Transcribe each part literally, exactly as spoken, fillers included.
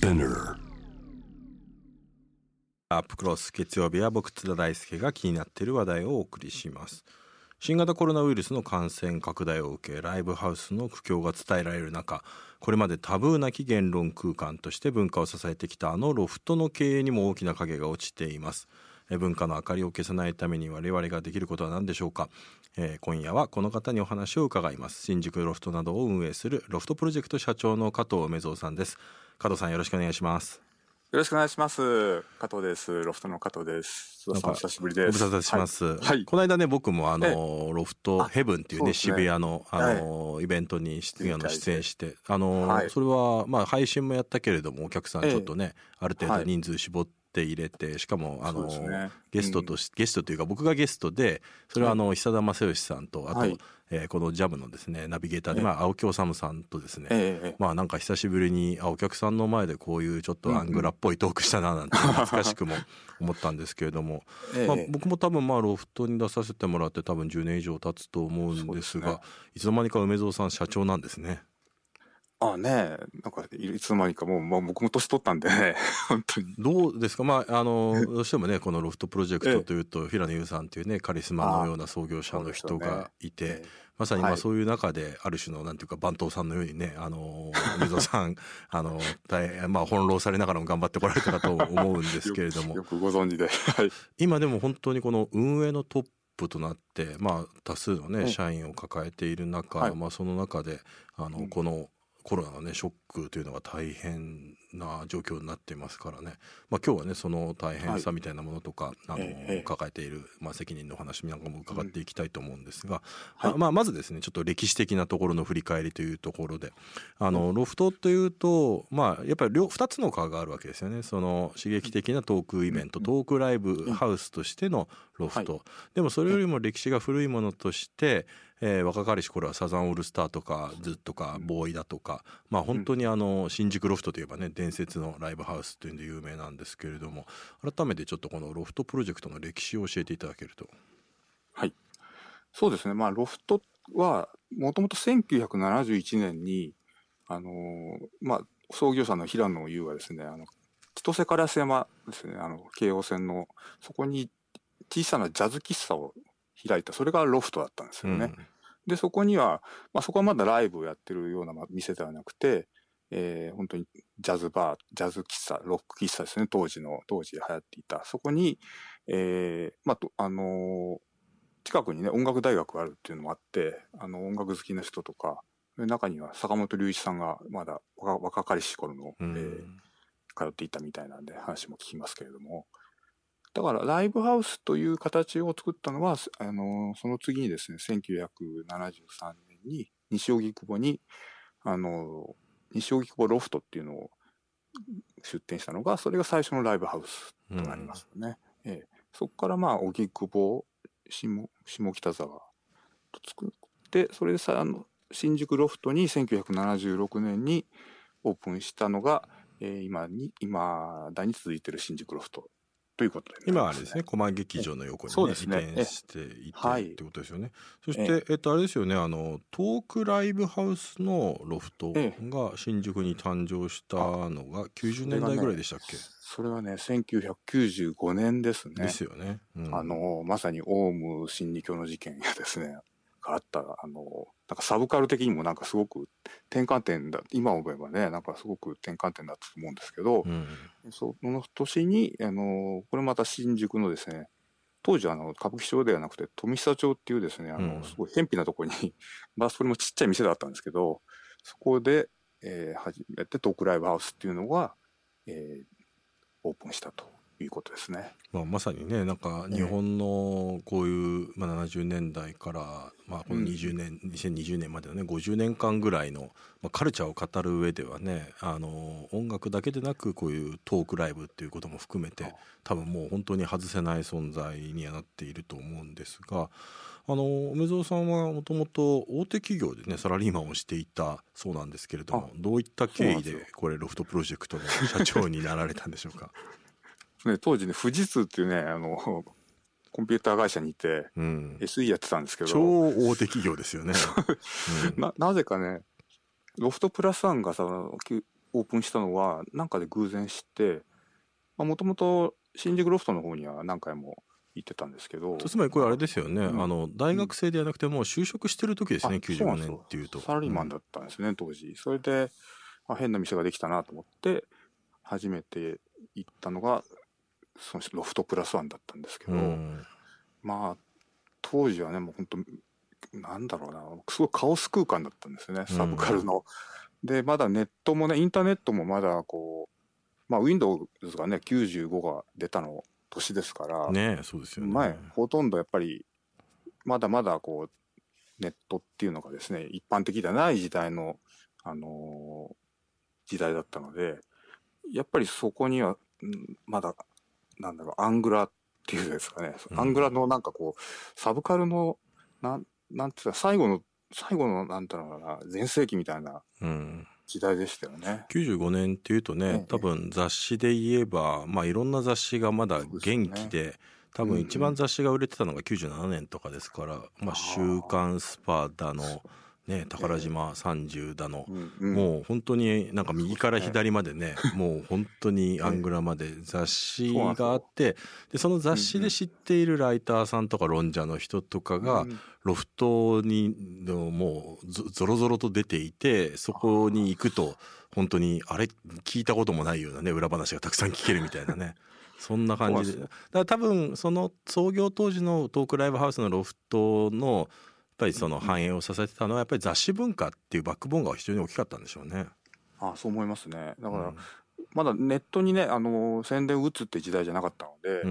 Spinner アップクロス、月曜日は僕津田大輔が気になっている話題をお送りします。新型コロナウイルスの感染拡大を受け、ライブハウスの苦境が伝えられる中、これまでタブーなき言論空間として文化を支えてきたあのロフトの経営にも大きな影が落ちています。文化の明かりを消さないために我々ができることは何でしょうか。えー、今夜はこの方にお話を伺います。新宿ロフトなどを運営するロフトプロジェクト社長の加藤梅蔵さんです。加藤さん、よろしくお願いします。 よろしくお願いします。加藤です。ロフトの加藤です。津田さん、お久しぶりです。 ご無沙汰します、 はいはい、 この間ね、僕もあのロフトヘブンっていうね、 ね渋谷のあの、はい、イベントに出演してあの、はい、それはまあ配信もやったけれども、お客さんちょっとね、ある程度人数絞ってって入れて、しかもあの、ね、ゲストとし、うん、ゲストというか僕がゲストで、それはあの、はい、久田正義さんと、あと、はい、えー、このジャムのですねナビゲーターで、まあ、青木治さんとですね、えー、まあなんか久しぶりにあお客さんの前でこういうちょっとアングラっぽいトークしたななんて懐かしくも思ったんですけれども、えーまあ、僕も多分まあロフトに出させてもらって多分じゅうねん以上経つと思うんですが、ね、いつの間にか梅蔵さん社長なんですね。 ああね、なんかいつの間にかもう、まあ、僕も年取ったんでね本当にどうですか。まああのどうしてもねこのロフトプロジェクトというと、平野優さんというねカリスマのような創業者の人がいて、ね、まさにまあそういう中である種のなんていうか番頭さんのようにね、あの梅蔵さんあの大変まあ翻弄されながらも頑張ってこられたかと思うんですけれどもよくご存知で、はい、 今でも本当にこの運営のトップとなって、まあ、多数のね社員を抱えている中、はい、まあ、その中であの、うん、このコロナのねショックというのが大変な状況になっていますからね、まあ、今日はねその大変さみたいなものとか、はい、あのええ、抱えている、まあ、責任の話なんかも伺っていきたいと思うんですが、うんはい、まあ、まずですねちょっと歴史的なところの振り返りというところで、あのロフトというと、まあ、やっぱり両ふたつの顔があるわけですよね。その刺激的なトークイベント、うん、トークライブハウスとしてのロフト、はい、でもそれよりも歴史が古いものとしてえー、若かりし頃はサザンオールスターとかズとかボーイだとか、まあ本当にあの新宿ロフトといえばね伝説のライブハウスというので有名なんですけれども、改めてちょっとこのロフトプロジェクトの歴史を教えていただけると。 はい、そうですね。まあロフトはもともとせんきゅうひゃくななじゅういちねんにあのー、まあ創業者の平野優がですね、あの千歳烏山ですね、あの京王線のそこに小さなジャズ喫茶を開いた、それがロフトだったんですよね。うん、でそこには、まあ、そこはまだライブをやってるような店ではなくて、えー、本当にジャズバー、ジャズ喫茶、ロック喫茶ですね、当時の当時流行っていた。そこに、えーまああのー、近くにね音楽大学があるっていうのもあって、あの音楽好きな人とか、中には坂本龍一さんがまだ 若, 若かりし頃の、うん、えー、通っていたみたいなんで話も聞きますけれども。だからライブハウスという形を作ったのは、あのその次にですねせんきゅうひゃくななじゅうさんねんに西荻窪にあの西荻窪ロフトっていうのを出店したのが、それが最初のライブハウスとなりますよね。うん、ええ、そこからまあ荻窪、下下北沢と作って、それでさあの新宿ロフトにせんきゅうひゃくななじゅうろくねんにオープンしたのが、えー、今に今だに続いている新宿ロフトということで、ね、 今あれですね、駒劇場の横に、ね、移転していてってことですよね。そして、えっと、あれですよね、あのトークライブハウスのロフトが新宿に誕生したのがきゅうじゅうねんだいぐらいでしたっけ。 それはねせんきゅうひゃくきゅうじゅうごねんですね。 ですよね。うん、 あのまさにオウム真理教の事件やですねがあった、あのなんかサブカル的にもなんかすごく転換点だ、今思えばねなんかすごく転換点だったと思うんですけど、うん、その年にあのこれまた新宿のですね、当時あの歌舞伎町ではなくて富久町っていうですね、あのすごい偏僻なところにまあそれもちっちゃい店だったんですけど、そこで、えー、初めてトークライブハウスっていうのが、えー、オープンしたということですね。 まあ、まさにねなんか日本のこういう、まあ、ななじゅうねんだいから、まあ、このにじゅうねん、うん、にせんにじゅうねんまでのねごじゅうねんかんぐらいの、まあ、カルチャーを語る上ではね、あの音楽だけでなくこういうトークライブっていうことも含めて多分もう本当に外せない存在にはなっていると思うんですが、あの梅蔵さんはもともと大手企業でねサラリーマンをしていたそうなんですけれども、どういった経緯でこれロフトプロジェクトの社長になられたんでしょうか。 ね、当時ね富士通っていうねあのコンピューター会社にいて、うん、エスイー やってたんですけど、 超大手企業ですよね。 うん、な, なぜかねロフトプラスワンがさオープンしたのはなんかで偶然知って、もともと新宿ロフトの方には何回も行ってたんですけど。 つまりこれあれですよね、 うん、 あの大学生ではなくてもう就職してる時ですね、 うん、 きゅうじゅうごねんっていうと。 サラリーマンだったんですね、うん、当時。それであ変な店ができたなと思って初めて行ったのがそのロフトプラスワンだったんですけど、うん、まあ当時はねもう本当なんだろうな、すごいカオス空間だったんですね、サブカルの、うん、でまだネットもねインターネットもまだこうまあ Windows がねきゅうじゅうごが出たの年ですからね、そうですよね。 前ほとんどやっぱりまだまだこうネットっていうのがですね一般的ではない時代の、あのー、時代だったので、やっぱりそこにはまだなんだろうアングラっていうんですかね、うん、アングラのなんかこうサブカルのなんなんていうか最後の最後のなんていうのかな全盛期みたいな時代でしたよね、うん、 きゅうじゅうごねんっていうとね、ええ、多分雑誌で言えば、まあ、いろんな雑誌がまだ元気で、ね、多分一番雑誌が売れてたのがきゅうじゅうななねんとかですから、うんうん、まあ、週刊スパだの、ね、宝島さんじゅうだの、ええ、もう本当になんか右から左までね、もう本当にアングラまで雑誌があって、でその雑誌で知っているライターさんとか論者の人とかがロフトにもうゾロゾロと出ていて、そこに行くと本当にあれ聞いたこともないようなね裏話がたくさん聞けるみたいなねそんな感じで、だから多分その創業当時のトークライブハウスのロフトのやっぱりその繁栄を支えてたのはやっぱり雑誌文化っていうバックボーンが非常に大きかったんでしょうね。 ああそう思いますね。だから、うん、まだネットにねあの宣伝を打つって時代じゃなかったので、うん、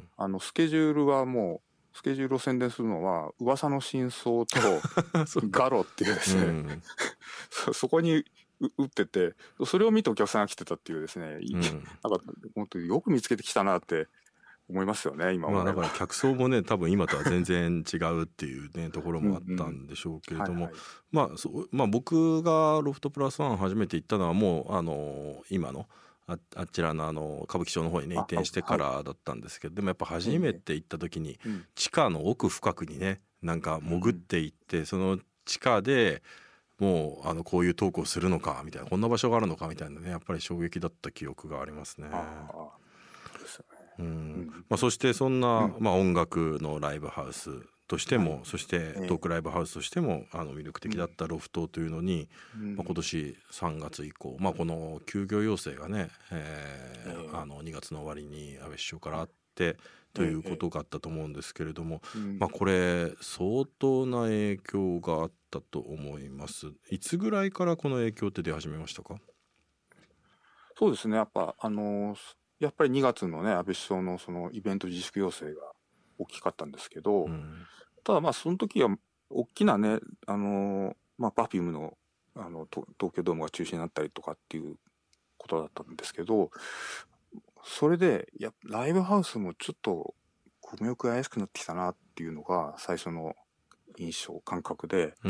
あのスケジュールはもうスケジュールを宣伝するのは噂の真相とガロっていうですね、うん、そ, そこに打ってて、それを見てお客さんが来てたっていうですね、うん、なんか本当によく見つけてきたなって思いますよね今はね。 まあだから客層もね多分今とは全然違うっていうねところもあったんでしょうけれども、まあそまあ僕がロフトプラスワン初めて行ったのはもうあの今の あ, あちらのあの歌舞伎町の方にね移転してからだったんですけど、でもやっぱ初めて行った時に地下の奥深くにねなんか潜っていって、その地下でもうあのこういうトークをするのかみたいな、こんな場所があるのかみたいなね、やっぱり衝撃だった記憶がありますね。あうんうんまあ、そしてそんな、うんまあ、音楽のライブハウスとしても、はい、そしてトークライブハウスとしてもあの魅力的だったロフトというのに、うんまあ、今年さんがつ以降、まあ、この休業要請がね、えー、あのにがつの終わりに安倍首相からあってということがあったと思うんですけれども、まあ、これ相当な影響があったと思います。いつぐらいからこの影響って出始めましたか？ そうですね、やっぱあのーやっぱりにがつのね安倍首相のそのイベント自粛要請が大きかったんですけど、うん、ただまあその時は大きなねあのー、まあ Perfume のあの東京ドームが中止になったりとかっていうことだったんですけど、それでいやライブハウスもちょっと米よく怪しくなってきたなっていうのが最初の印象感覚で、うん、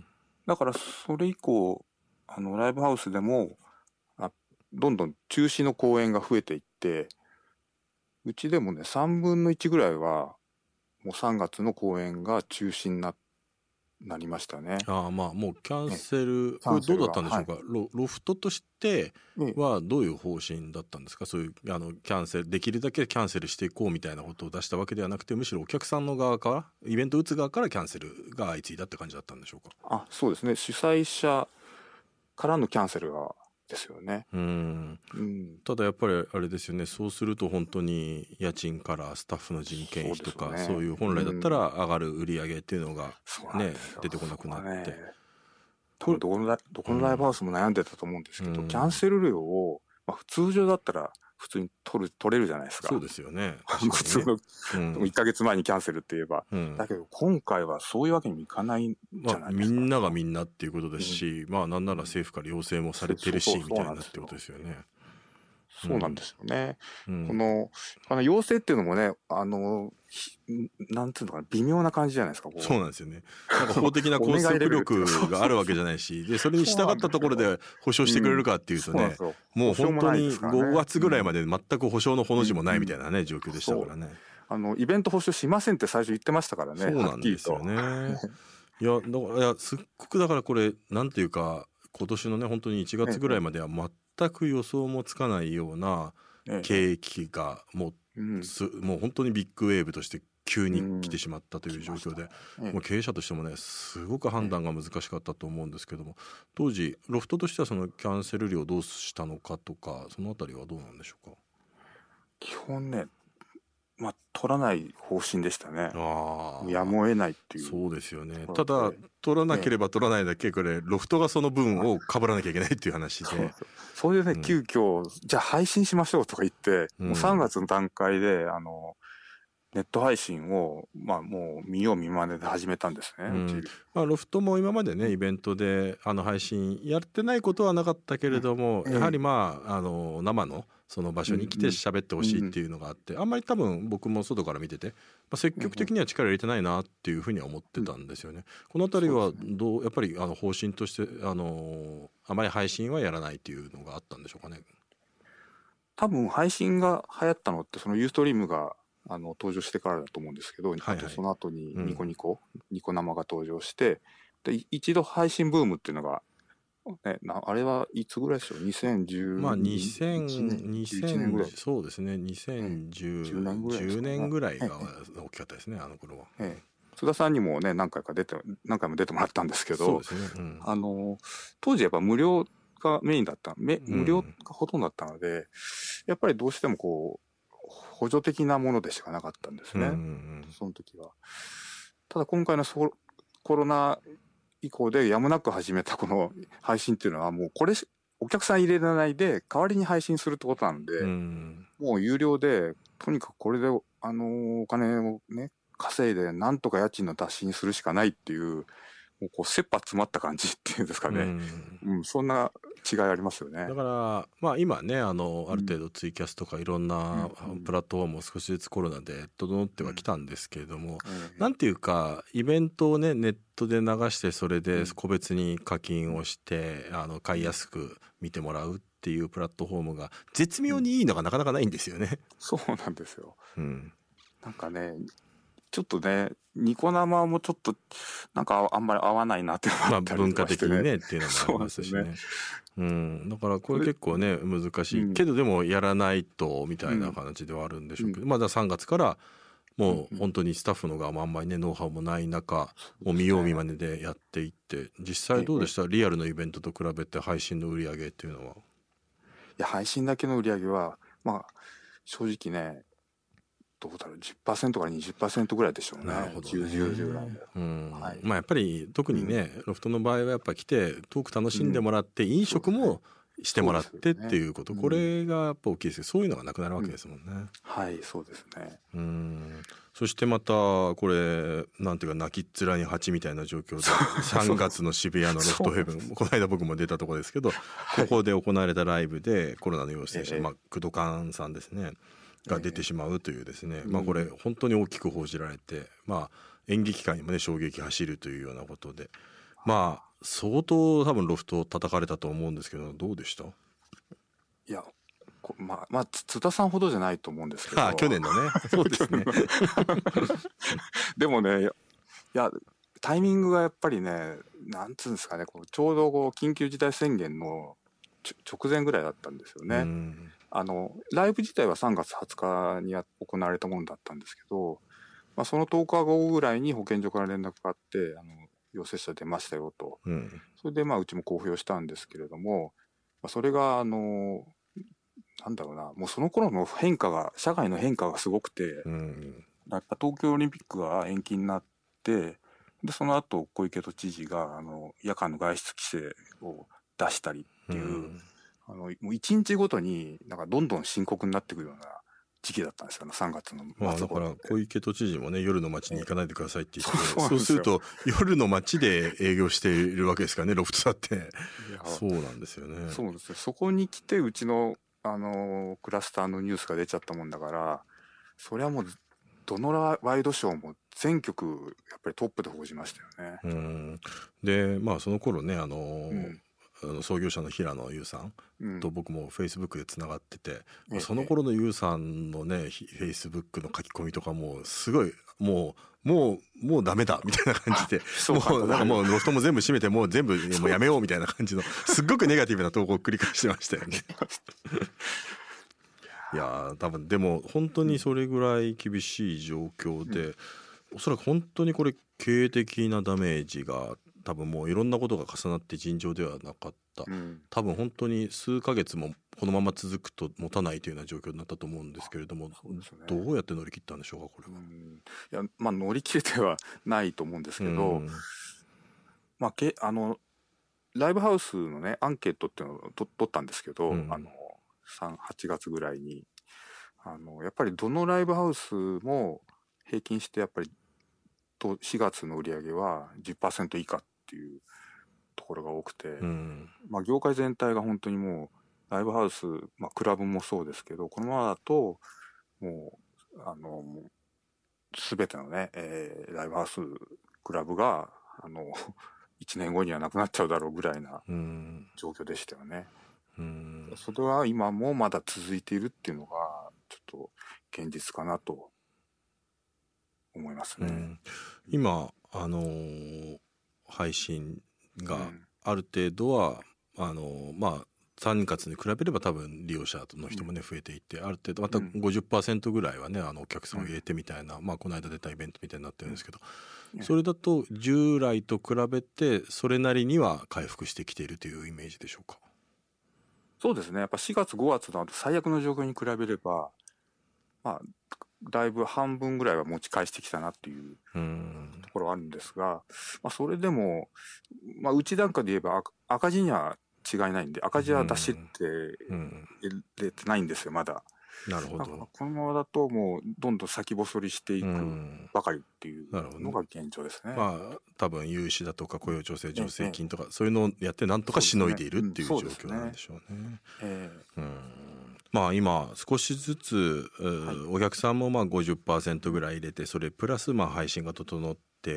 だからそれ以降あのライブハウスでもどんどん中止の公演が増えていって、うちでもねさんぶんのいちぐらいはもうさんがつの公演が中止に な, なりましたね。 ああまあもうキャンセル、ね、これどうだったんでしょうか、はい、ロ, ロフトとしてはどういう方針だったんですか？そういうあのキャンセルできるだけキャンセルしていこうみたいなことを出したわけではなくて、むしろお客さんの側からイベント打つ側からキャンセルが相次いだって感じだったんでしょうか？ あそうですね、主催者からのキャンセルがですよね。うん、 うん、ただやっぱりあれですよね、そうすると本当に家賃からスタッフの人件費とか そう,、ね、そういう本来だったら上がる売り上げっていうのが、ねうん、出てこなくなって、ね、 多分どこのどこのライブハウスも悩んでたと思うんですけど、うん、キャンセル料を、まあ、通常だったら普通に取る取れるじゃないですか。 そうですよね。 普通の、うん、いっかげつまえにキャンセルって言えば、うん、だけど今回はそういうわけにもいかないんじゃないですか、まあ、 みんながみんなっていうことですし、うん、まあなんなら政府から要請もされてるし、うん、みたいなってことですよね。 そうなんですよね。うん、このあの要請っていうのもね、あのなんていうのかな、微妙な感じじゃないですか。 そうなんですよね。なんか法的な拘束力があるわけじゃないし、でそれに従ったところで保証してくれるかっていうとね、うん、もう本当にごがつぐらいまで全く保証のほの字もないみたいなね、うん、状況でしたからね。 あのイベント保証しませんって最初言ってましたからね。 そうなんですよね。いやだからいやすっごくだからこれなんていうか今年のね本当にいちがつぐらいまでは全全く予想もつかないような景気がもう、うん、もう本当にビッグウェーブとして急に来てしまったという状況で、うん、もう経営者としてもねすごく判断が難しかったと思うんですけども、当時ロフトとしてはそのキャンセル料をどうしたのかとか、そのあたりはどうなんでしょうか。 基本ね、まあ、取らない方針でしたね。あやむを得ないっていう。 そうですよね。ただ取らなければ取らないだけ、これロフトがその分を被らなきゃいけないっていう話で、そうそうそれでね、うん、急遽じゃあ配信しましょうとか言って、うん、もうさんがつの段階であのネット配信を、まあ、もう見よう見まねで始めたんですね、うん、 まあ、ロフトも今までねイベントであの配信やってないことはなかったけれども、うん、やはりまあ、あの生のその場所に来て喋ってほしいっていうのがあって、うんうん、あんまり多分僕も外から見てて、まあ、積極的には力入れてないなっていうふうには思ってたんですよね、うん、このあたりはどうやっぱりあの方針としてあのあまり配信はやらないっていうのがあったんでしょうかね。 多分配信が流行ったのってそのユーストリームがあの登場してからだと思うんですけど、はいはい、あとその後にニコニコ、うん、ニコ生が登場してで一度配信ブームっていうのが、ね、なあれはいつぐらいでしょうにせんじゅうまあにせんにじゅうねんぐらい、そうですねにせんじゅうねんぐらいが大きかったですね、あの頃は、 ええ、津田さんにもね何回か出て何回も出てもらったんですけど、 そうですね、うん、 あの当時やっぱ無料がメインだった無料がほとんどだったので、うん、やっぱりどうしてもこう補助的なものでしかなかったんですね、うんうん、その時は。ただ今回のコロナ以降でやむなく始めたこの配信っていうのはもうこれお客さん入れられないで代わりに配信するってことなんで、うん、もう有料でとにかくこれであのお金をね稼いでなんとか家賃の足しにするしかないっていうもうこう切羽詰まった感じっていうんですかね、うんうん、そんな違いありますよね。 だから、まあ、今ねあのある程度ツイキャスとかいろんなプラットフォームも少しずつコロナで整ってはきたんですけれども、うんうん、なんていうかイベントをねネットで流してそれで個別に課金をしてあの買いやすく見てもらうっていうプラットフォームが絶妙にいいのがなかなかないんですよね、うん、 そうなんですよ、うん、なんかねちょっとねニコ生もちょっとなんかあんまり合わないなっていうのがあったりとかして、ね、 まあ、文化的にねっていうのもありますしねうん、だからこれ結構ね難しい、うん、けどでもやらないとみたいな感じではあるんでしょうけど、うん、まださんがつからもう本当にスタッフの側もあんまりねノウハウもない中もう見よう見まねでやっていって実際どうでした、リアルのイベントと比べて配信の売り上げっていうのは。いや配信だけの売り上げはまあ正直ねどうだろう じゅっパーセント から にじゅっパーセント ぐらいでしょうね。 なるほどね。 じゅう、じゅう、じゅうぐらいで、 うんはい、まあやっぱり特にね、うん、ロフトの場合はやっぱ来てトーク楽しんでもらって、うん、飲食もしてもらってっていうこと、ね、これがやっぱ大きいですけど、そういうのがなくなるわけですもんね、うん、 はいそうですね。 うんそしてまたこれなんていうか泣きっ面に蜂みたいな状況でさんがつの渋谷のロフトヘブンこの間僕も出たところですけど、はい、ここで行われたライブでコロナの陽性者、ええまあ、工藤勘さんですねが出てしまうというですね、ええまあ、これ本当に大きく報じられて、まあ、演劇界にもね衝撃走るというようなことでまあ相当多分ロフト叩かれたと思うんですけどどうでした？ いやまあ、まあ津田さんほどじゃないと思うんですけどあ去年のねそうですねでもねいやタイミングがやっぱりねなんつうんですかねこうちょうどこう緊急事態宣言の直前ぐらいだったんですよね。うんあのライブ自体はさんがつはつかに行われたものだったんですけど、まあ、そのとおかごぐらいに保健所から連絡があってあの陽性者出ましたよと、うん、それでまあうちも公表したんですけれども、まあ、それがあのなんだろうなもうその頃の変化が社会の変化がすごくて、うん、やっぱ東京オリンピックが延期になってでその後小池都知事があの夜間の外出規制を出したりっていう、うんあのもういちにちごとになんかどんどん深刻になってくるような時期だったんですよねさんがつの末頃、まあ、 だから小池都知事もね夜の街に行かないでくださいって言って、えー、そうすると夜の街で営業しているわけですからねロフトだってそうなんですよね。 そうですよそこに来てうちの、あのー、クラスターのニュースが出ちゃったもんだからそれはもうどのワイドショーも全局やっぱりトップで報じましたよね。 うんでまあその頃ねあのーうんあの創業者の平野優さんと僕もフェイスブックでつながってて、うん、その頃の優さんのねフェイスブックの書き込みとかもすごいもうもうもうダメだみたいな感じでもうなんかもうロフトも全部閉めてもう全部もうやめようみたいな感じのすっごくネガティブな投稿を繰り返してましたよねいや多分でも本当にそれぐらい厳しい状況で、うん、おそらく本当にこれ経営的なダメージが多分もういろんなことが重なって尋常ではなかった、うん、多分本当に数ヶ月もこのまま続くと持たないというような状況になったと思うんですけれども、ね、どうやって乗り切ったんでしょうかこれは。うん、 いやまあ乗り切れてはないと思うんですけど、うん、まあけあのライブハウスのねアンケートっていうのをと取ったんですけど、うん、あのはちがつぐらいにあのやっぱりどのライブハウスも平均してやっぱりとしがつの売り上げは じゅっパーセント 以下っていうところが多くて、うん、まあ業界全体が本当にもうライブハウス、まあ、クラブもそうですけどこのままだともうあの全てのね、えー、ライブハウスクラブがあのいちねんごにはなくなっちゃうだろうぐらいな状況でしたよね。うん、それは今もまだ続いているっていうのがちょっと現実かなと思いますね。うん、 今あのー、配信がある程度は、うん、あのー、まあさんがつに比べれば多分利用者の人もね、うん、増えていってある程度また ごじゅっパーセント ぐらいはねあのお客さんを入れてみたいな、うん、まあこの間出たイベントみたいになってるんですけど、うん、それだと従来と比べてそれなりには回復してきているというイメージでしょうか。 そうですねやっぱしがつごがつの最悪の状況に比べればまあだいぶ半分ぐらいは持ち返してきたなっていうところはあるんですが、まあ、それでも、まあ、うち段階で言えば赤字には違いないんで赤字は出しって出てないんですよまだ。 なるほど。 このままだともうどんどん先細りしていくばかりっていうのが現状ですね。 まあ多分融資だとか雇用調整助成金とか、ええ、そういうのをやってなんとかしのいでいるっていう状況なんでしょうね。ええ、うんまあ今少しずつ、はい、お客さんもまあ ごじゅっパーセント ぐらい入れてそれプラスまあ配信が整って、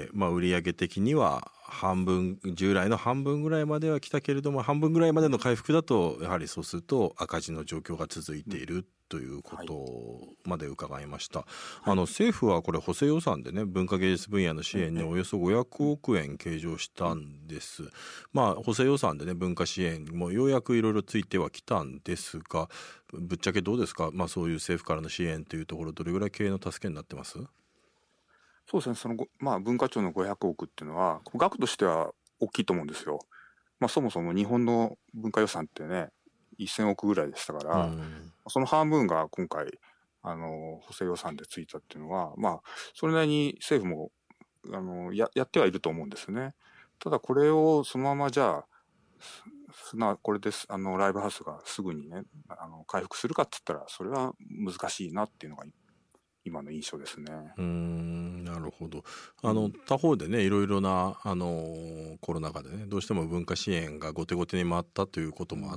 まあ、売上的には半分従来の半分ぐらいまでは来たけれども半分ぐらいまでの回復だとやはりそうすると赤字の状況が続いているということまで伺いました。はい、あの政府はこれ補正予算でね文化芸術分野の支援におよそごひゃくおくえん計上したんです。まあ補正予算でね文化支援もようやくいろいろついてはきたんですがぶっちゃけどうですか、まあ、そういう政府からの支援というところどれぐらい経営の助けになってます？ そうですねその、まあ、文化庁のごひゃくおくっていうのは額としては大きいと思うんですよ。まあ、そもそも日本の文化予算ってねせんおくぐらいでしたから、うん、その半分が今回あの補正予算でついたっていうのはまあそれなりに政府もあの や, やってはいると思うんですね。ただこれをそのままじゃあなこれですあのライブハウスがすぐにねあの回復するかって言ったらそれは難しいなっていうのが今の印象ですね。 うーんなるほど。あの、うん、他方でねいろいろなあのコロナ禍でねどうしても文化支援が後手後手に回ったということもあって、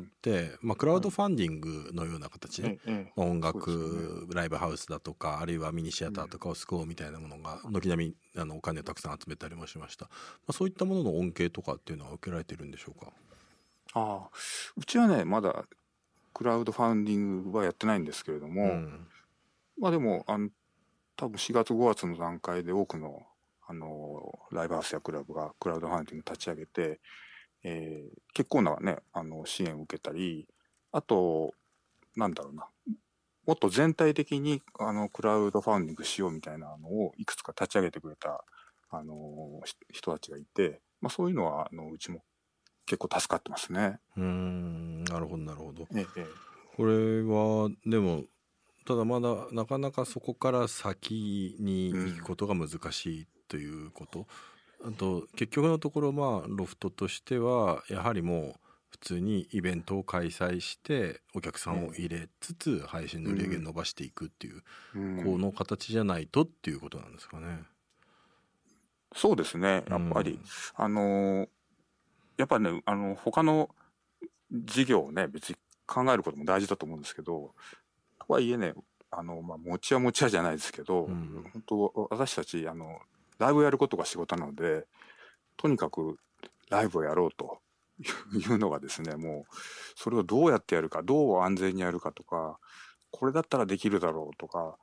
うんまあ、クラウドファンディングのような形で、うんまあ、音楽、ね、ライブハウスだとかあるいはミニシアターとかを救おうみたいなものが軒並みあのお金をたくさん集めたりもしました。まあ、そういったものの恩恵とかっていうのは受けられているんでしょうか？ ああうちはねまだクラウドファンディングはやってないんですけれども、うん、まあでもあの多分しがつごがつの段階で多くのあのライブハウスやクラブがクラウドファンディング立ち上げて、えー、結構なねあの支援を受けたりあとなんだろうなもっと全体的にあのクラウドファンディングしようみたいなのをいくつか立ち上げてくれたあの人たちがいて、まあ、そういうのはあのうちも結構助かってますね。 うーんなるほどなるほど、 ええ、 これはでもただまだなかなかそこから先に行くことが難しいということ、うん、あと結局のところまあロフトとしてはやはりもう普通にイベントを開催してお客さんを入れつつ配信の売り上げを伸ばしていくっていう、うん、この形じゃないとっていうことなんですかね。 そうですねやっぱり、うん、あのやっぱねあの他の事業をね別に考えることも大事だと思うんですけどとはいえねあの、まあ、持ちは持ちはじゃないですけど、うん、本当私たちあのライブをやることが仕事なのでとにかくライブをやろうというのがですねもうそれをどうやってやるかどう安全にやるかとかこれだったらできるだろうとか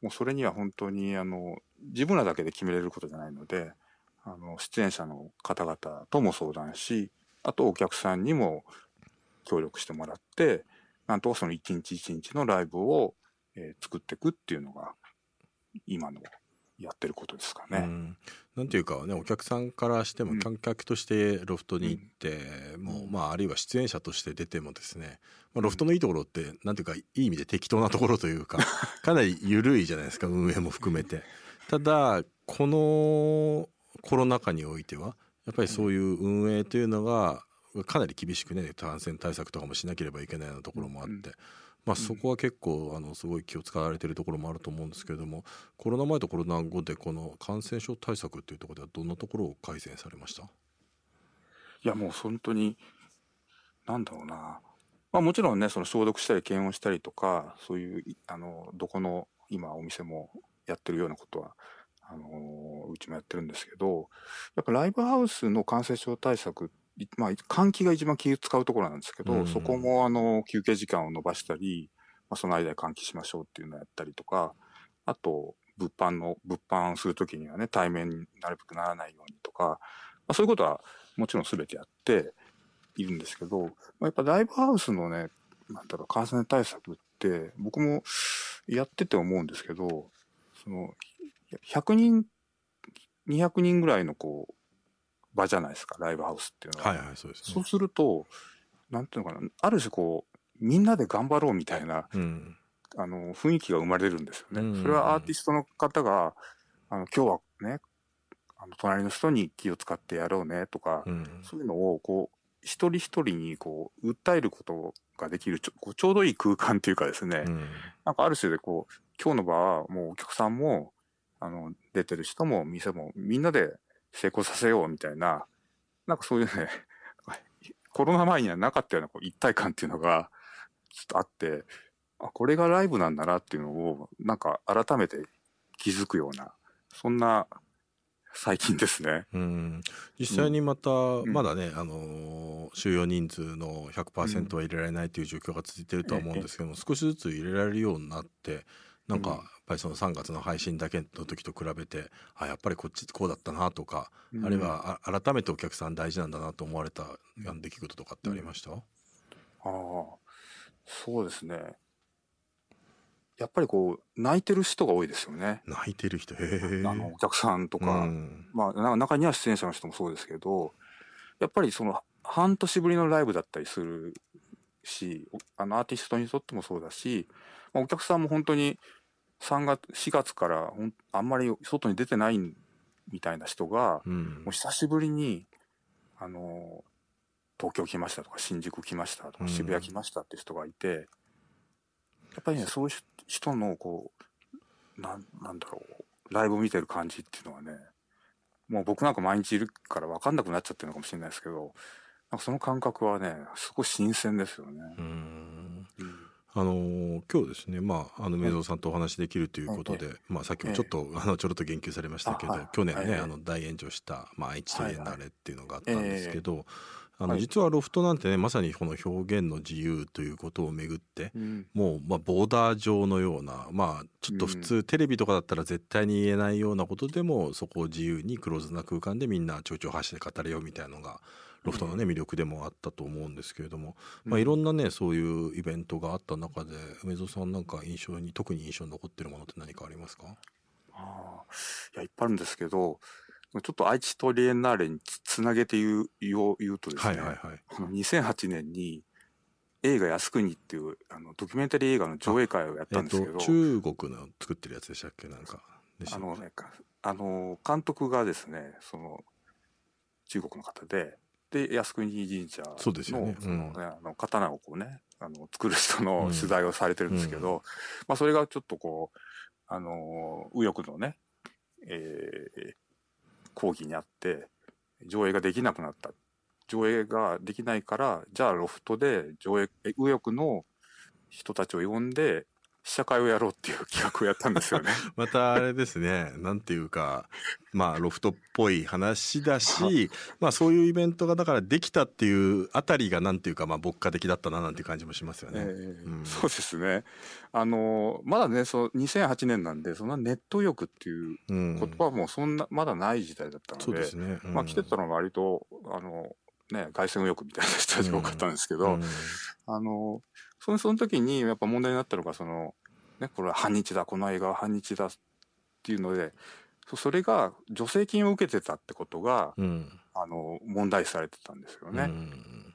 もうそれには本当にあの自分らだけで決めれることじゃないので、あの出演者の方々とも相談し、あとお客さんにも協力してもらって、なんとかその一日一日のライブを、えー作っていくっていうのが今のやってることですかね。 うん、なんていうかね、お客さんからしてもうん観客としてロフトに行って、もううんまああるいは出演者として出てもですね、まあ、 うんロフトのいいところってなんていうかいい意味で適当なところというかかなり緩いじゃないですか、運営も含めて。ただこのコロナ禍においてはやっぱりそういう運営というのがかなり厳しくね、感染対策とかもしなければいけないようなところもあって、 うんまあ、そこは結構あのすごい気を使われているところもあると思うんですけれども、コロナ前とコロナ後でこの感染症対策っていうところではどんなところを改善されました？ いやもう本当になんだろうな、まあ、もちろんねその消毒したり検温したりとか、そういういあのどこの今お店もやってるようなことはあのうちもやってるんですけど、やっぱライブハウスの感染症対策、いまあ、換気が一番気を使うところなんですけど、 うんそこもあの休憩時間を延ばしたり、まあ、その間で換気しましょうっていうのをやったりとか、あと物販の物販するときにはね対面になるべくならないようにとか、まあ、そういうことはもちろん全てやっているんですけど、まあ、やっぱライブハウスのね、なんだろう、感染対策って僕もやってて思うんですけど、そのひゃくにんにひゃくにんぐらいのこう場じゃないですか、ライブハウスっていうのは。 はいはい、そうですね。 そうするとなんていうのかな、ある種こうみんなで頑張ろうみたいな、 うん、 あの雰囲気が生まれるんですよね。 うんうんうん、 それはアーティストの方があの今日はねあの隣の人に気を使ってやろうねとか、 うん、 そういうのをこう一人一人にこう訴えることができるちょこうちょうどいい空間っていうかですね、 うん、 なんかある種でこう今日の場はもうお客さんもあの出てる人も店もみんなで成功させようみたいな、なんかそういうねコロナ前にはなかったようなこう一体感っていうのがちょっとあって、あこれがライブなんだなっていうのをなんか改めて気づくような、そんな最近ですね。 うん、実際にまた、 んまだね、あのー収容人数の ひゃくパーセント は入れられないという状況が続いているとは思うんですけども、少しずつ入れられるようになって、なんかうんやっぱりそのさんがつの配信だけの時と比べて、あやっぱりこっちこうだったなとか、 うんあるいはあ改めてお客さん大事なんだなと思われたあの出来事とかってありました？ ああ、そうですね。やっぱりこう泣いてる人が多いですよね。 泣いてる人、へえ。 あのお客さんとうか、 ん、 まあな中には出演者の人もそうですけど、やっぱりその半年ぶりのライブだったりするし、おあのアーティストにとってもそうだし、まあ、お客さんも本当にさんがつしがつからほんあんまり外に出てないみたいな人が、 うんもう久しぶりにあの東京来ましたとか新宿来ましたとかうん渋谷来ましたって人がいて、やっぱりねそういう人のこうなんなんだろうライブを見てる感じっていうのはね、もう僕なんか毎日いるから分かんなくなっちゃってるのかもしれないですけど、なんかその感覚はねすごい新鮮ですよね。 うんうんあのー今日ですね、まあ、あの明蔵さんとお話しできるということで、 えまあ、さっきもちょっと、あのちょろっと言及されましたけど、 あはい去年ね、 はいあの大炎上した、まあ、愛知トリエンナーレっていうのがあったんはいはいですけど、あのはい実はロフトなんてねまさにこの表現の自由ということをめぐってうんもう、まあ、ボーダー上のような、まあ、ちょっと普通、テレビとかだったら絶対に言えないようなことでもそこを自由にクローズな空間でみんな蝶々発して語れよみたいなのがロフトのね魅力でもあったと思うんですけれども、まあ、いろんなねそういうイベントがあった中で梅蔵さんなんか印象に特に印象に残ってるものって何かありますか？ ああ、いや、いっぱいあるんですけど、ちょっと愛知トリエンナーレにつつなげて言う言おう言うとですね、 はいはいはい。 あのにせんはちねんに映画靖国っていうあのドキュメンタリー映画の上映会をやっえっとたんですけど、 中国の作ってるやつでしたっけ？なんかでしたっけ？ あのね、かあの監督がですね、その中国の方で、で靖国神社のそうですよねそのね、 うんあの刀をこうね、あの作る人のうん取材をされてるんですけど、 うんまあそれがちょっとこうあの右翼のね、えー抗議にあって上映ができなくなった。上映ができないから、じゃあロフトで上映右翼の人たちを呼んで試写会をやろうっていう企画をやったんですよね。 またあれですね、なんていうかまあロフトっぽい話だしまあそういうイベントがだからできたっていうあたりがなんていうかまあ牧歌的だったななんていう感じもしますよね。 えーうん、 そうですね。あのまだねそうにせんはちねんなんでそんなネット欲っていう言葉もそんなまだない時代だったので、 そうですね、うん、 まあ来てたのは割とあのね凱旋右翼みたいな人たちが多かったんですけど、うんうん、あのそのその時にやっぱ問題になったのがそのねこれは反日だこの映画は反日だっていうのでそれが助成金を受けてたってことが、うん、あの問題視されてたんですよね。うん、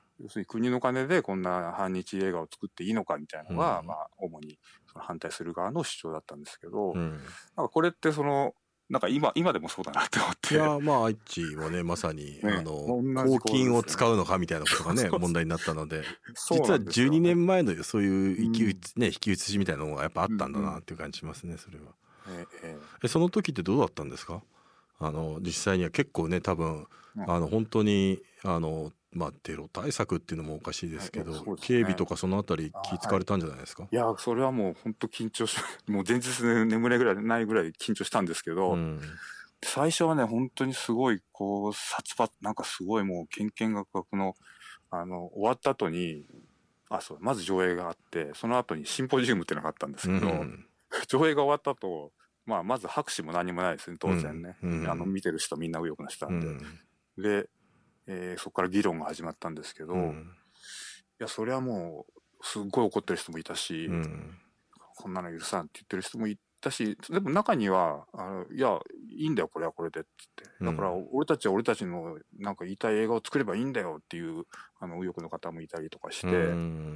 要するに国の金でこんな反日映画を作っていいのかみたいなのが、うん、まあ主にその反対する側の主張だったんですけど、うん、なんかこれってそのなんか今今でもそうだなって思って。 いやまあ愛知はねまさに、ね、あの公金を使うのかみたいなことがね問題になったので実はじゅうにねんまえのそういう引き移、うんね、引き移しみたいなのがやっぱあったんだなっていう感じしますねそれは。えええその時ってどうだったんですか？あの実際には結構ね多分、うん、あの本当にあのまあテロ対策っていうのもおかしいですけど、はいね、警備とかそのあたり気使われたんじゃないですか？はい、 いやそれはもう本当緊張しもう前日で眠れぐらいないぐらい緊張したんですけど、うん、最初はね本当にすごいこう殺伐なんかすごいもうけんけんがくがくのあの終わった後にあそうまず上映があってその後にシンポジウムっていうのがあったんですけど、うん、上映が終わった後まあ、まず拍手も何もないですね当然ね、うんうん、あの見てる人みんな右翼の人なんで、うん、で、えー、そこから議論が始まったんですけど、うん、いやそれはもうすっごい怒ってる人もいたし、うん、こんなの許さんって言ってる人もいたしでも中にはあのいやいいんだよこれはこれでって言ってだから俺たちは俺たちのなんか言いたい映画を作ればいいんだよっていうあの右翼の方もいたりとかして、うん、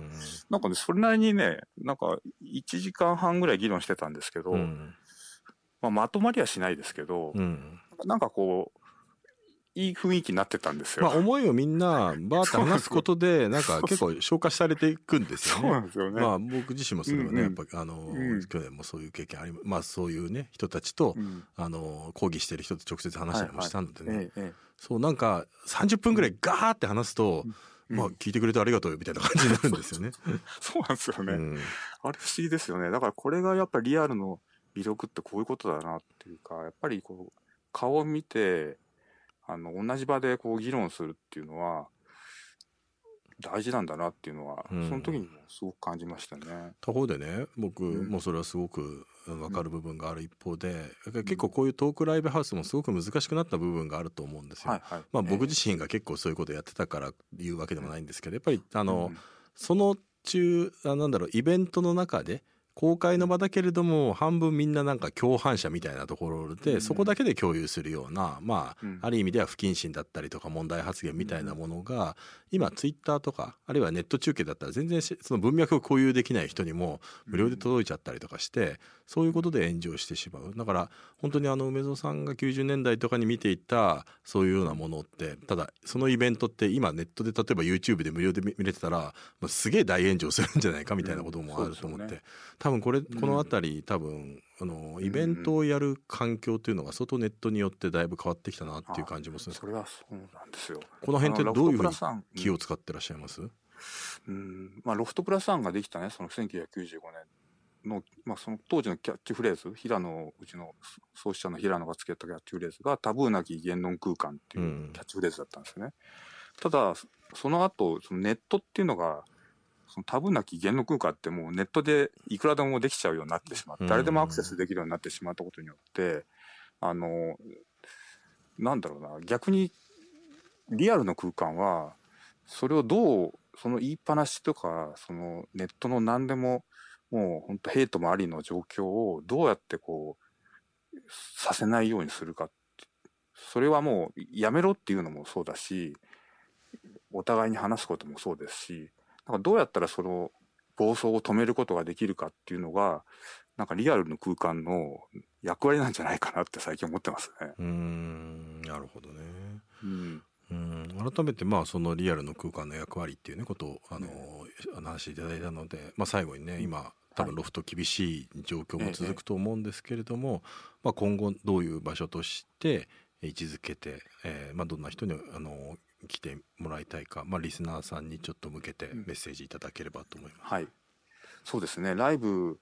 なんかねそれなりにねなんかいちじかんはんぐらい議論してたんですけど、うんまあ、まとまりはしないですけど、うん、なんかこういい雰囲気になってたんですよ。 まあ思いをみんなバーって話すことでなんか結構消化されていくんですよね。 そうなんですよね。 まあ僕自身もそれはね、うんうん、やっぱあの、うん、去年もそういう経験ありまあそういうね人たちと、うん、あの抗議してる人と直接話したりもしたのでね、はいはいええ、そうなんかさんじゅっぷんぐらいガーって話すと、うん、まあ聞いてくれてありがとうよみたいな感じになるんですよね。 そうなんですよね、うん。あれ不思議ですよね。だからこれがやっぱりリアルの魅力ってこういうことだなっていうかやっぱりこう顔を見てあの同じ場でこう議論するっていうのは大事なんだなっていうのは、うん、その時にもすごく感じましたね。 他方でね僕もそれはすごく分かる部分がある一方で、うん、結構こういうトークライブハウスもすごく難しくなった部分があると思うんですよ。はいはいまあ、僕自身が結構そういうことやってたから言うわけでもないんですけどやっぱりあの、うん、その中あなんだろうイベントの中で公開の場だけれども半分みんななんか共犯者みたいなところで、うん、そこだけで共有するようなまあ、うん、ある意味では不謹慎だったりとか問題発言みたいなものが、うん、今ツイッターとかあるいはネット中継だったら全然その文脈を共有できない人にも無料で届いちゃったりとかして、そういうことで炎上してしまう。だから本当にあの梅蔵さんがきゅうじゅうねんだいとかに見ていたそういうようなものってただそのイベントって今ネットで例えば YouTube で無料で見れてたらもうすげえ大炎上するんじゃないかみたいなこともあると思って、多分これこの辺り多分あのイベントをやる環境というのが相当ネットによってだいぶ変わってきたなっていう感じもするんですけど、 それはそうなんですよ。 この辺ってどういうふうに気を使ってらっしゃいます？ うんまあ、ロフトプラスワンができたねそのせんきゅうひゃくきゅうじゅうごねんの、まあ、その当時のキャッチフレーズ平野うちの創始者の平野がつけたキャッチフレーズがタブーなき言論空間っていうキャッチフレーズだったんですね、うん、ただその後そのネットっていうのがそのタブーなき言論空間ってもうネットでいくらでもできちゃうようになってしまって、うん、誰でもアクセスできるようになってしまったことによってあのなんだろうな逆にリアルの空間はそれをどうその言いっぱなしとかそのネットの何でももう本当ヘイトもありの状況をどうやってこうさせないようにするかってそれはもうやめろっていうのもそうだしお互いに話すこともそうですしなんかどうやったらその暴走を止めることができるかっていうのがなんかリアルの空間の役割なんじゃないかなって最近思ってますね。 うーんなるほどね。うんうん改めてまあそのリアルの空間の役割っていうねことをあの、ね、話していただいたので、まあ、最後にね今多分ロフト厳しい状況も続くと思うんですけれども、はいまあ、今後どういう場所として位置づけて、えーまあ、どんな人にあの来てもらいたいか、まあ、リスナーさんにちょっと向けてメッセージいただければと思います。 はい、そうですねライブ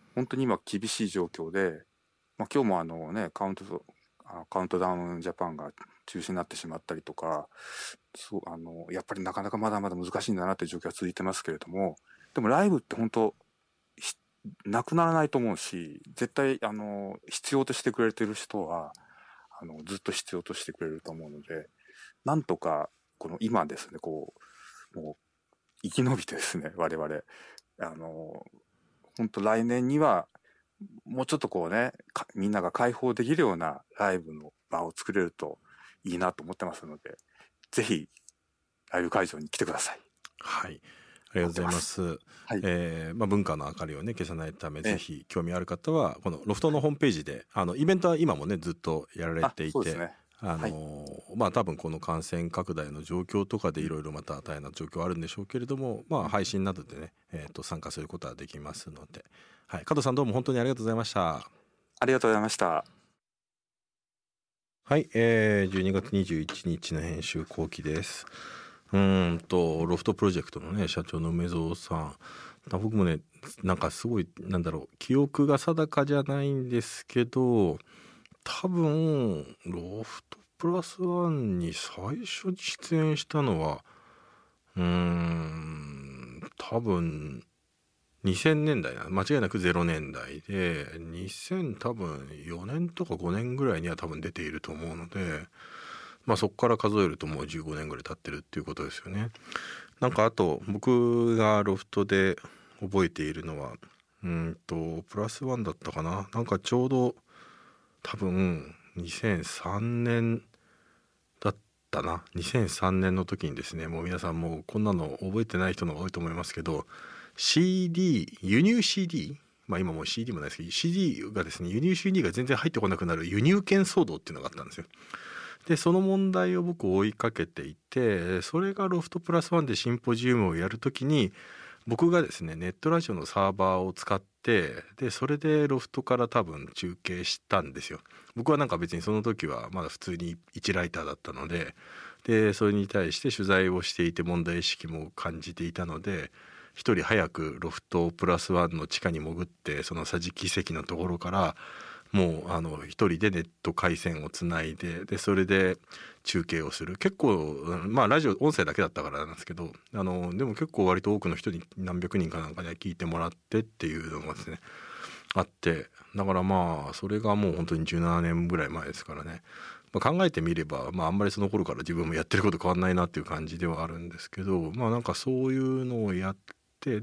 本当に今厳しい状況で、まあ、今日もあのねカウントカウントダウンジャパンが中止になってしまったりとか、そうあのやっぱりなかなかまだまだ難しいんだなという状況が続いてますけれども、でもライブって本当なくならないと思うし、絶対あの必要としてくれてる人はあのずっと必要としてくれると思うので、なんとかこの今ですね、こうもう生き延びてですね、我々あの本当来年にはもうちょっとこうね、みんなが開放できるようなライブの場を作れるといいなと思ってますので、ぜひライブ会場に来てください。 はい、ありがとうございます。はい、えーまあ、文化の明かりをね消さないため、ぜひ興味ある方はこのロフトのホームページで、あのイベントは今もねずっとやられていて、ね、あのーはい、まあ多分この感染拡大の状況とかでいろいろまた大変な状況あるんでしょうけれども、まあ配信などでね、えー、と参加することはできますので、はい、加藤さんどうも本当にありがとうございました。 ありがとうございました。 はい、えー、じゅうにがつにじゅういちにちの編集後期です。うーんとロフトプロジェクトのね社長の梅蔵さん、僕もねなんかすごいなんだろう記憶が定かじゃないんですけど、多分ロフトプラスワンに最初に出演したのはうーん多分にせんねんだいな、間違いなくゼロねんだいで、にせん多分よねんとかごねんぐらいには多分出ていると思うので、まあそこから数えるともうじゅうごねんぐらい経ってるっていうことですよね。なんかあと僕がロフトで覚えているのはうんとプラスワンだったかな、なんかちょうど多分にせんさんねんだったな、にせんさんねんの時にですね、もう皆さんもうこんなの覚えてない人の方が多いと思いますけど、 シーディー 輸入 シーディー、 まあ今もう シーディー もないですけど シーディー がですね、輸入 シーディー が全然入ってこなくなる輸入権騒動っていうのがあったんですよ。でその問題を僕追いかけていて、それがロフトプラスワンでシンポジウムをやるときに僕がですねネットラジオのサーバーを使って、でそれでロフトから多分中継したんですよ。僕はなんか別にその時はまだ普通に一ライターだったので、でそれに対して取材をしていて問題意識も感じていたので、一人早くロフトプラスワンの地下に潜って、その桟敷席のところからもうあの一人でネット回線をつないで、でそれで中継をする。結構まあラジオ音声だけだったからなんですけど、あのでも結構割と多くの人に何百人かなんかね聞いてもらってっていうのがですねあって、だからまあそれがもう本当にじゅうななねんぐらい前ですからね、まあ、考えてみれば、まあ、あんまりその頃から自分もやってること変わんないなっていう感じではあるんですけど、まあなんかそういうのをやって、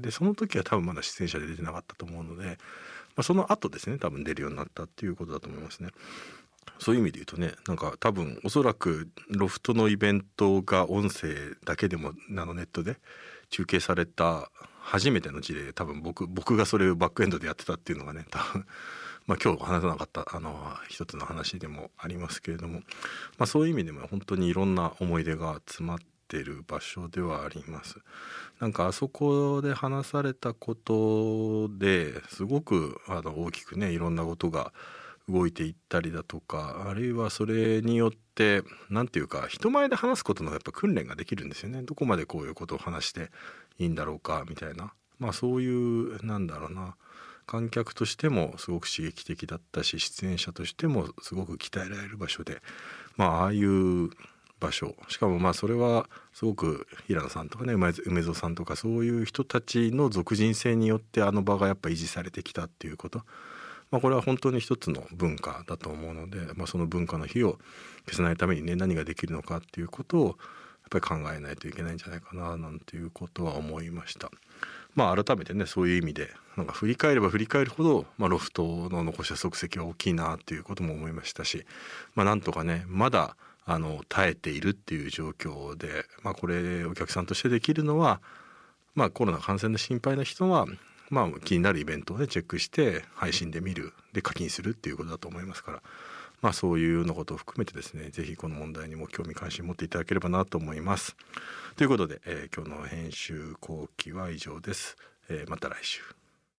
でその時は多分まだ出演者で出てなかったと思うので、まあ、その後ですね多分出るようになったっていうことだと思いますね。そういう意味で言うとね、なんか多分おそらくロフトのイベントが音声だけでもあのネットで中継された初めての事例、多分僕僕がそれをバックエンドでやってたっていうのがね、多分まあ今日話さなかったあの一つの話でもありますけれども、まあ、そういう意味でも本当にいろんな思い出が詰まっている場所ではあります。なんかあそこで話されたことですごくあの大きくねいろんなことが動いていったりだとか、あるいはそれによってなんていうか人前で話すことのやっぱ訓練ができるんですよね。どこまでこういうことを話していいんだろうかみたいな、まあそういうなんだろうな、観客としてもすごく刺激的だったし、出演者としてもすごく鍛えられる場所で、まあああいう場所、しかもまあそれはすごく平野さんとかね梅蔵さんとかそういう人たちの属人性によってあの場がやっぱ維持されてきたっていうこと、まあ、これは本当に一つの文化だと思うので、まあ、その文化の火を消さないためにね何ができるのかっていうことをやっぱり考えないといけないんじゃないかななんていうことは思いました。まあ改めてねそういう意味でなんか振り返れば振り返るほど、まあ、ロフトの残した足跡は大きいなっていうことも思いましたし、まあ、なんとかねまだあの耐えているっていう状況で、まあ、これお客さんとしてできるのは、まあ、コロナ感染の心配な人はまあ、気になるイベントを、ね、チェックして配信で見る、で課金するっていうことだと思いますから、まあ、そういうようなことを含めてですねぜひこの問題にも興味関心持っていただければなと思います。ということで、えー、今日の編集後期は以上です。えー、また来週。